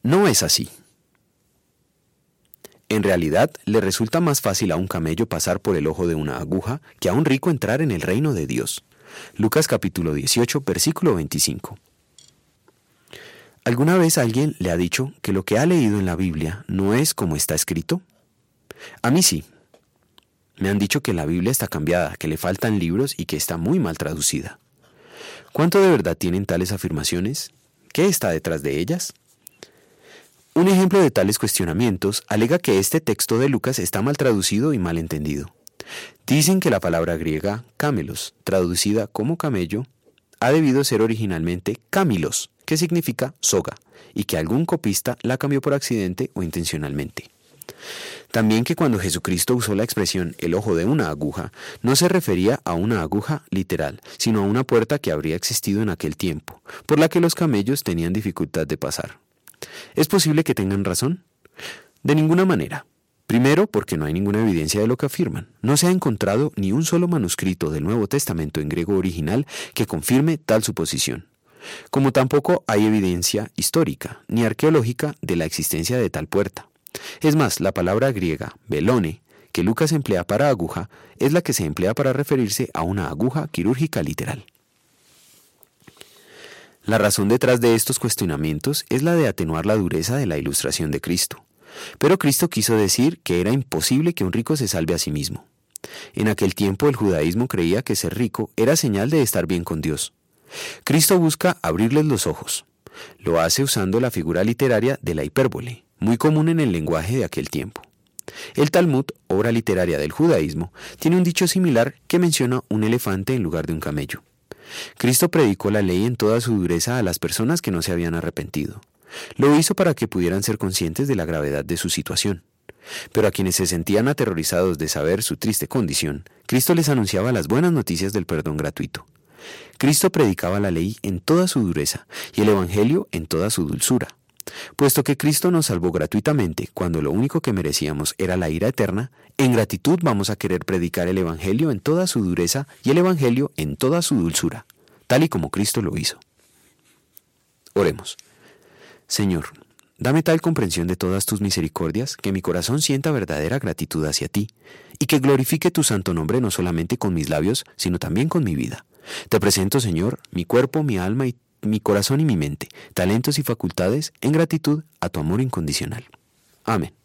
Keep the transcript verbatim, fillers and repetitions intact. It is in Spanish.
No es así. En realidad, le resulta más fácil a un camello pasar por el ojo de una aguja que a un rico entrar en el reino de Dios. Lucas capítulo dieciocho, versículo veinticinco. ¿Alguna vez alguien le ha dicho que lo que ha leído en la Biblia no es como está escrito? A mí sí. Me han dicho que la Biblia está cambiada, que le faltan libros y que está muy mal traducida. ¿Cuánto de verdad tienen tales afirmaciones? ¿Qué está detrás de ellas? Un ejemplo de tales cuestionamientos alega que este texto de Lucas está mal traducido y mal entendido. Dicen que la palabra griega camelos, traducida como camello, ha debido ser originalmente camilos, que significa soga, y que algún copista la cambió por accidente o intencionalmente. También que cuando Jesucristo usó la expresión el ojo de una aguja, no se refería a una aguja literal, sino a una puerta que habría existido en aquel tiempo, por la que los camellos tenían dificultad de pasar. ¿Es posible que tengan razón? De ninguna manera. Primero, porque no hay ninguna evidencia de lo que afirman. No se ha encontrado ni un solo manuscrito del Nuevo Testamento en griego original que confirme tal suposición. Como tampoco hay evidencia histórica ni arqueológica de la existencia de tal puerta. Es más, la palabra griega velone, que Lucas emplea para aguja, es la que se emplea para referirse a una aguja quirúrgica literal. La razón detrás de estos cuestionamientos es la de atenuar la dureza de la ilustración de Cristo. Pero Cristo quiso decir que era imposible que un rico se salve a sí mismo. En aquel tiempo el judaísmo creía que ser rico era señal de estar bien con Dios. Cristo busca abrirles los ojos. Lo hace usando la figura literaria de la hipérbole, muy común en el lenguaje de aquel tiempo. El Talmud, obra literaria del judaísmo, tiene un dicho similar que menciona un elefante en lugar de un camello. Cristo predicó la ley en toda su dureza a las personas que no se habían arrepentido. Lo hizo para que pudieran ser conscientes de la gravedad de su situación. Pero a quienes se sentían aterrorizados de saber su triste condición, Cristo les anunciaba las buenas noticias del perdón gratuito. Cristo predicaba la ley en toda su dureza y el Evangelio en toda su dulzura. Puesto que Cristo nos salvó gratuitamente cuando lo único que merecíamos era la ira eterna, en gratitud vamos a querer predicar el Evangelio en toda su dureza y el Evangelio en toda su dulzura, tal y como Cristo lo hizo. Oremos. Señor, dame tal comprensión de todas tus misericordias que mi corazón sienta verdadera gratitud hacia ti y que glorifique tu santo nombre no solamente con mis labios, sino también con mi vida. Te presento, Señor, mi cuerpo, mi alma y mi corazón y mi mente, talentos y facultades, en gratitud a tu amor incondicional. Amén.